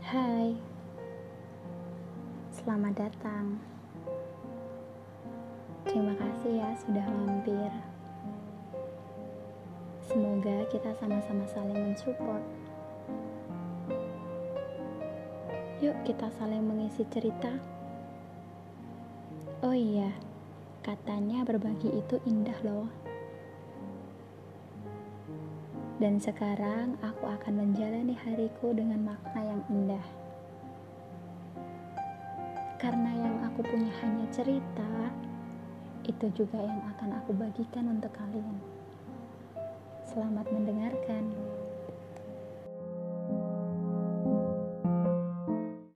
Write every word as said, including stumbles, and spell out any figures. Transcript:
Hai, selamat datang. Terima kasih ya sudah mampir. Semoga kita sama-sama saling mensupport. Yuk kita saling mengisi cerita. Oh iya, katanya berbagi itu indah loh. Dan sekarang aku akan menjalani hariku dengan makna yang indah. Karena yang aku punya hanya cerita, itu juga yang akan aku bagikan untuk kalian. Selamat mendengarkan.